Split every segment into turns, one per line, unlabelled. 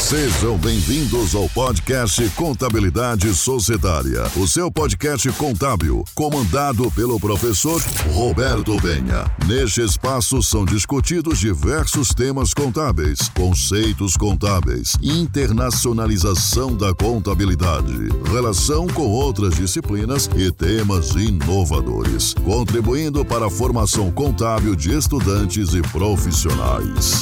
Sejam bem-vindos ao podcast Contabilidade Societária, o seu podcast contábil, comandado pelo professor Roberto Penha. Neste espaço são discutidos diversos temas contábeis, conceitos contábeis, internacionalização da contabilidade, relação com outras disciplinas e temas inovadores, contribuindo para a formação contábil de estudantes e profissionais.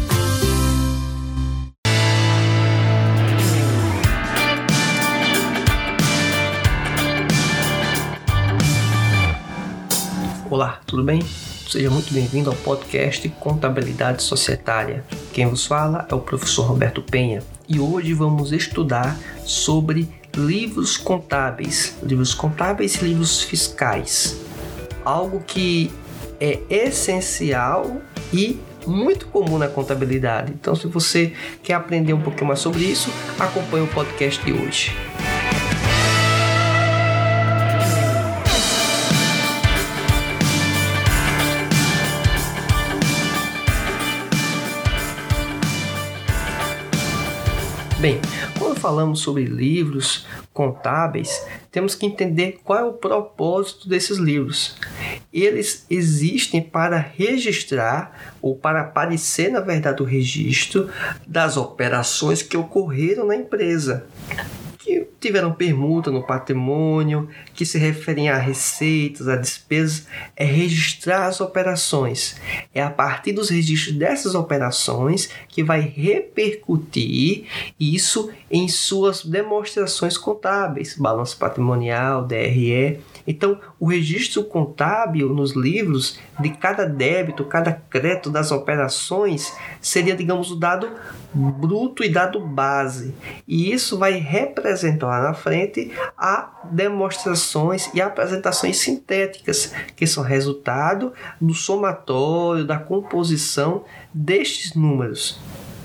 Olá, tudo bem? Seja muito bem-vindo ao podcast Contabilidade Societária. Quem vos fala é o professor Roberto Penha e hoje vamos estudar sobre livros contábeis e livros fiscais. Algo que é essencial e muito comum na contabilidade. Então, se você quer aprender um pouquinho mais sobre isso, acompanhe o podcast de hoje. Bem, quando falamos sobre livros contábeis, temos que entender qual é o propósito desses livros. Eles existem para registrar, ou para aparecer, na verdade, o registro das operações que ocorreram na empresa, que tiveram permuta no patrimônio, que se referem a receitas, a despesas, é registrar as operações. É a partir dos registros dessas operações que vai repercutir isso em suas demonstrações contábeis, balanço patrimonial, DRE. Então, o registro contábil nos livros de cada débito, cada crédito das operações seria, digamos, o dado bruto e dado base. E isso vai representar lá na frente a demonstrações e apresentações sintéticas, que são resultado do somatório, da composição destes números.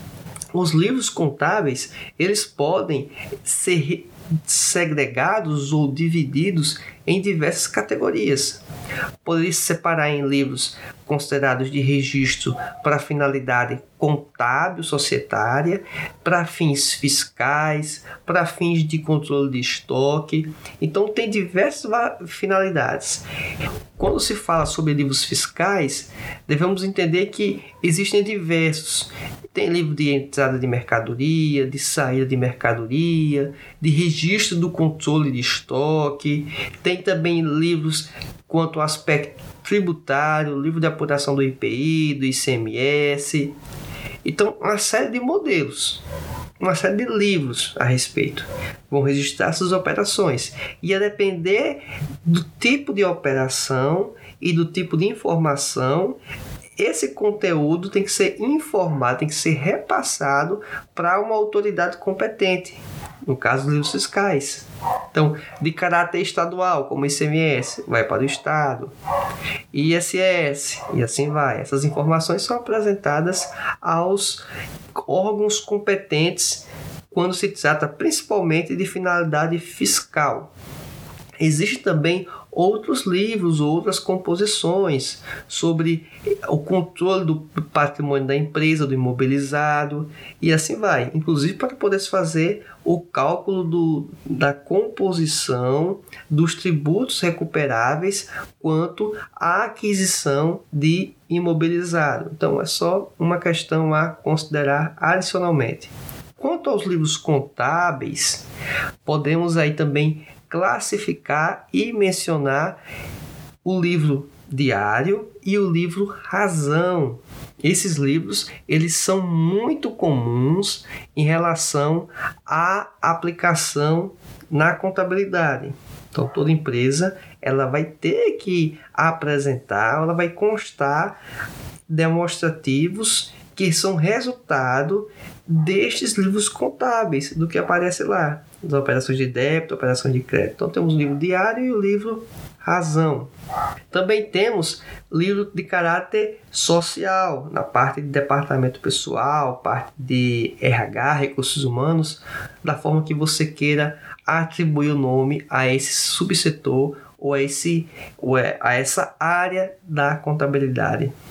Os livros contábeis, eles podem ser segregados ou divididos em diversas categorias. Poderia se separar em livros considerados de registro para finalidade contábil societária, para fins fiscais, para fins de controle de estoque. Então tem diversas finalidades. Quando se fala sobre livros fiscais, devemos entender que existem diversos. Tem livro de entrada de mercadoria, de saída de mercadoria, de registro do controle de estoque. Tem também livros quanto ao aspecto tributário, livro de apuração do IPI, do ICMS. Então, uma série de modelos, uma série de livros a respeito. Vão registrar suas operações. E a depender do tipo de operação e do tipo de informação, esse conteúdo tem que ser informado, tem que ser repassado para uma autoridade competente. No caso dos livros fiscais. Então, de caráter estadual, como ICMS, vai para o Estado, ISS, e assim vai. Essas informações são apresentadas aos órgãos competentes quando se trata principalmente de finalidade fiscal. Existem também outros livros, outras composições sobre o controle do patrimônio da empresa, do imobilizado, e assim vai. Inclusive para poder se fazer o cálculo da composição dos tributos recuperáveis quanto à aquisição de imobilizado. Então é só uma questão a considerar adicionalmente. Quanto aos livros contábeis, podemos aí também classificar e mencionar o livro diário e o livro razão. Esses livros, eles são muito comuns em relação à aplicação na contabilidade. Então, toda empresa ela vai ter que apresentar, ela vai constar demonstrativos que são resultado destes livros contábeis, do que aparece lá, das operações de débito, operação de crédito. Então temos o livro diário e o livro razão. Também temos livro de caráter social, na parte de departamento pessoal, parte de RH, recursos humanos, da forma que você queira atribuir o nome a esse subsetor ou a essa área da contabilidade.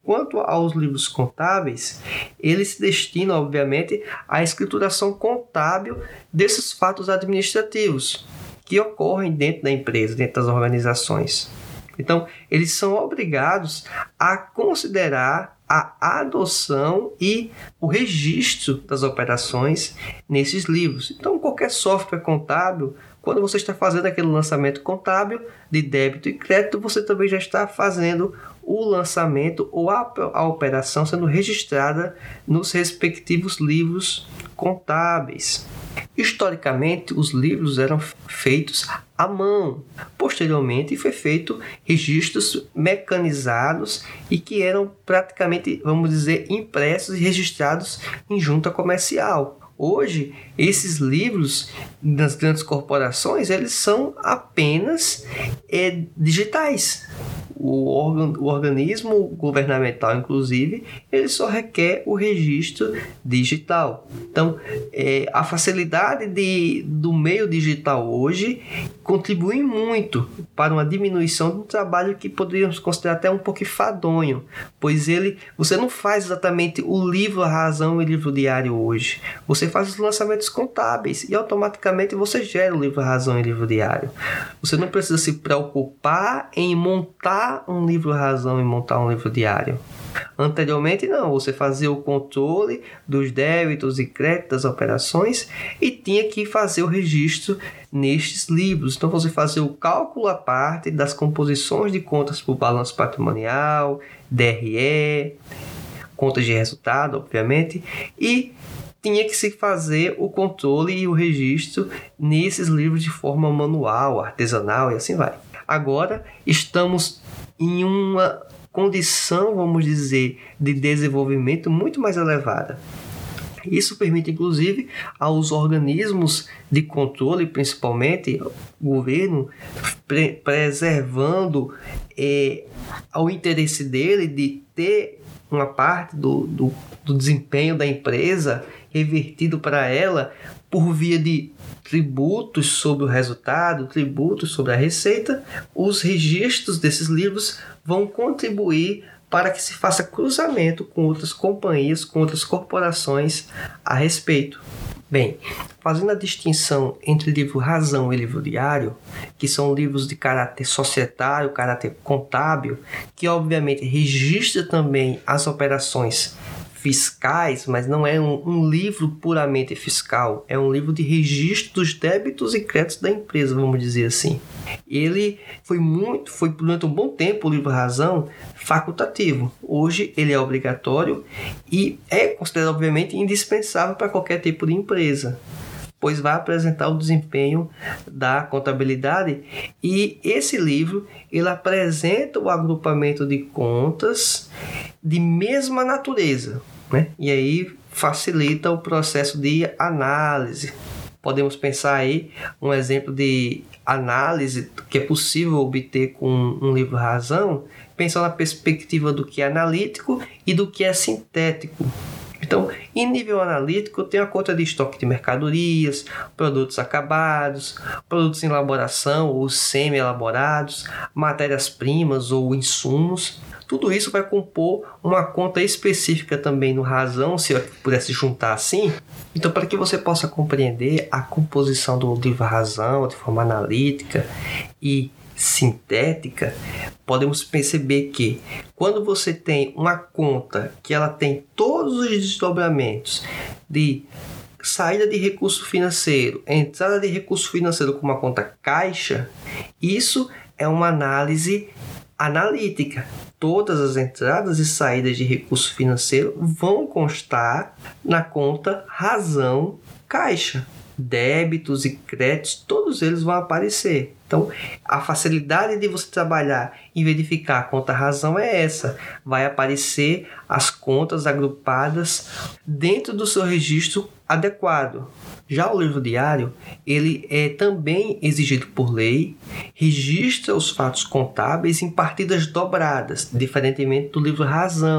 Quanto aos livros contábeis, eles se destinam, obviamente, à escrituração contábil desses fatos administrativos que ocorrem dentro da empresa, dentro das organizações. Então, eles são obrigados a considerar a adoção e o registro das operações nesses livros. Então, qualquer software contábil, quando você está fazendo aquele lançamento contábil de débito e crédito, você também já está fazendo o lançamento ou a operação sendo registrada nos respectivos livros contábeis. Historicamente, os livros eram feitos à mão. Posteriormente, foi feito registros mecanizados e que eram praticamente, vamos dizer, impressos e registrados em junta comercial. Hoje, esses livros das grandes corporações, eles são apenas digitais. O organismo governamental, inclusive, ele só requer o registro digital. Então, a facilidade do meio digital hoje contribui muito para uma diminuição de um trabalho que poderíamos considerar até um pouco enfadonho, pois você não faz exatamente o livro razão e livro diário hoje. Você faz os lançamentos contábeis e automaticamente você gera o livro razão e livro diário. Você não precisa se preocupar em montar um livro razão e montar um livro diário. Anteriormente não, você fazia o controle dos débitos e créditos das operações e tinha que fazer o registro nestes livros. Então você fazia o cálculo à parte das composições de contas por balanço patrimonial, DRE, contas de resultado, obviamente, e tinha que se fazer o controle e o registro nesses livros de forma manual, artesanal e assim vai. Agora estamos em uma condição, vamos dizer, de desenvolvimento muito mais elevada. Isso permite, inclusive, aos organismos de controle, principalmente o governo, preservando o interesse dele de ter uma parte do desempenho da empresa revertido para ela por via de tributos sobre o resultado, tributos sobre a receita. Os registros desses livros vão contribuir para que se faça cruzamento com outras companhias, com outras corporações a respeito. Bem, fazendo a distinção entre livro razão e livro diário, que são livros de caráter societário, caráter contábil, que obviamente registra também as operações fiscais, mas não é um livro puramente fiscal, é um livro de registro dos débitos e créditos da empresa, vamos dizer assim. Ele foi durante um bom tempo o livro razão facultativo. Hoje ele é obrigatório e é considerado obviamente indispensável para qualquer tipo de empresa, pois vai apresentar o desempenho da contabilidade, e esse livro ele apresenta o agrupamento de contas de mesma natureza, né? E aí facilita o processo de análise. Podemos pensar aí um exemplo de análise que é possível obter com um livro razão, pensando na perspectiva do que é analítico e do que é sintético. Então, em nível analítico, tem a conta de estoque de mercadorias, produtos acabados, produtos em elaboração ou semi-elaborados, matérias-primas ou insumos. Tudo isso vai compor uma conta específica também no razão, se eu pudesse juntar assim. Então, para que você possa compreender a composição do livro razão de forma analítica e sintética, podemos perceber que quando você tem uma conta que ela tem todos os desdobramentos de saída de recurso financeiro, entrada de recurso financeiro com uma conta caixa, isso é uma análise analítica. Todas as entradas e saídas de recurso financeiro vão constar na conta razão caixa. Débitos e créditos, todos eles vão aparecer. Então, a facilidade de você trabalhar e verificar a conta razão é essa. Vai aparecer as contas agrupadas dentro do seu registro adequado. Já o livro diário, ele é também exigido por lei, registra os fatos contábeis em partidas dobradas, diferentemente do livro razão.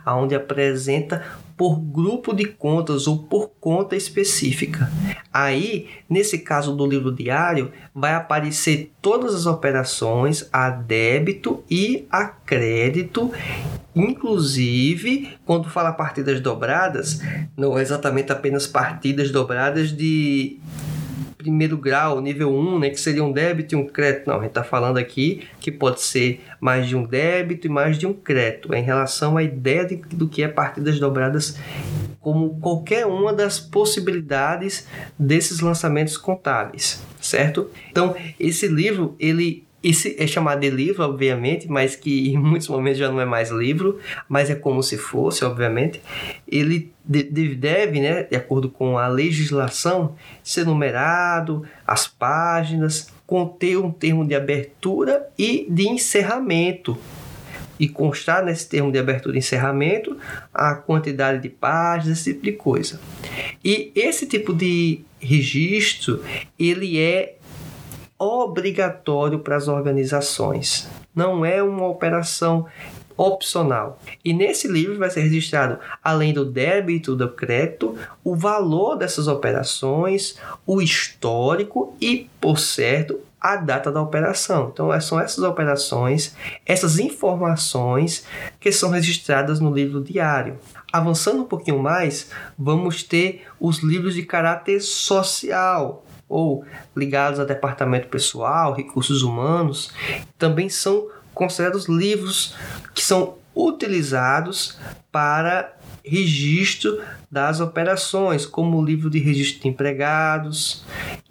onde apresenta por grupo de contas ou por conta específica. Aí, nesse caso do livro diário, vai aparecer todas as operações a débito e a crédito, inclusive quando fala partidas dobradas, não é exatamente apenas partidas dobradas de primeiro grau, nível 1, né, que seria um débito e um crédito. Não, a gente está falando aqui que pode ser mais de um débito e mais de um crédito, em relação à ideia do que é partidas dobradas, como qualquer uma das possibilidades desses lançamentos contábeis, certo? Então, esse livro, esse é chamado de livro, obviamente, mas que em muitos momentos já não é mais livro, mas é como se fosse, obviamente. Ele deve, né, de acordo com a legislação, ser numerado, as páginas, conter um termo de abertura e de encerramento. E constar nesse termo de abertura e encerramento a quantidade de páginas, esse tipo de coisa. E esse tipo de registro, ele é obrigatório para as organizações. Não é uma operação opcional. E nesse livro vai ser registrado, além do débito, do crédito, o valor dessas operações, o histórico e, por certo, a data da operação. Então, são essas operações, essas informações que são registradas no livro diário. Avançando um pouquinho mais, vamos ter os livros de caráter social, ou ligados a departamento pessoal, recursos humanos. Também são considerados livros que são utilizados para registro das operações, como o livro de registro de empregados,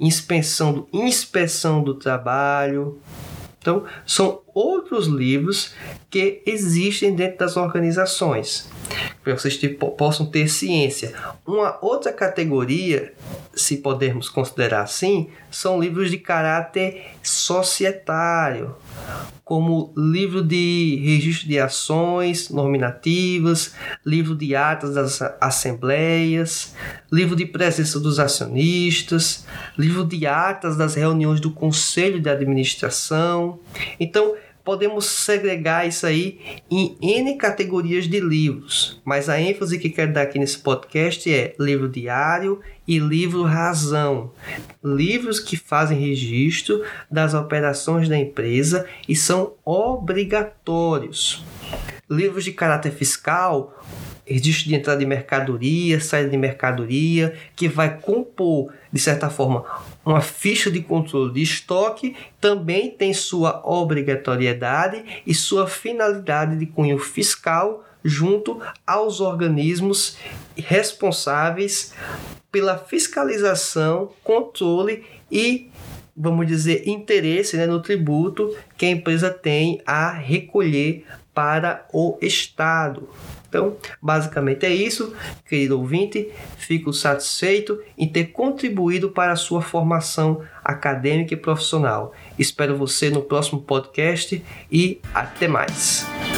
inspeção do trabalho. Então, são outros livros que existem dentro das organizações, para vocês possam ter ciência. Uma outra categoria, se pudermos considerar assim, são livros de caráter societário, como livro de registro de ações nominativas, livro de atas das assembleias, livro de presença dos acionistas, livro de atas das reuniões do conselho de administração. Então, podemos segregar isso aí em N categorias de livros, mas a ênfase que quero dar aqui nesse podcast é livro diário e livro razão. Livros que fazem registro das operações da empresa e são obrigatórios. Livros de caráter fiscal, registro de entrada de mercadoria, saída de mercadoria, que vai compor, de certa forma, uma ficha de controle de estoque, também tem sua obrigatoriedade e sua finalidade de cunho fiscal junto aos organismos responsáveis pela fiscalização, controle e, vamos dizer, interesse, né, no tributo que a empresa tem a recolher para o Estado. Então, basicamente é isso, querido ouvinte. Fico satisfeito em ter contribuído para a sua formação acadêmica e profissional. Espero você no próximo podcast e até mais.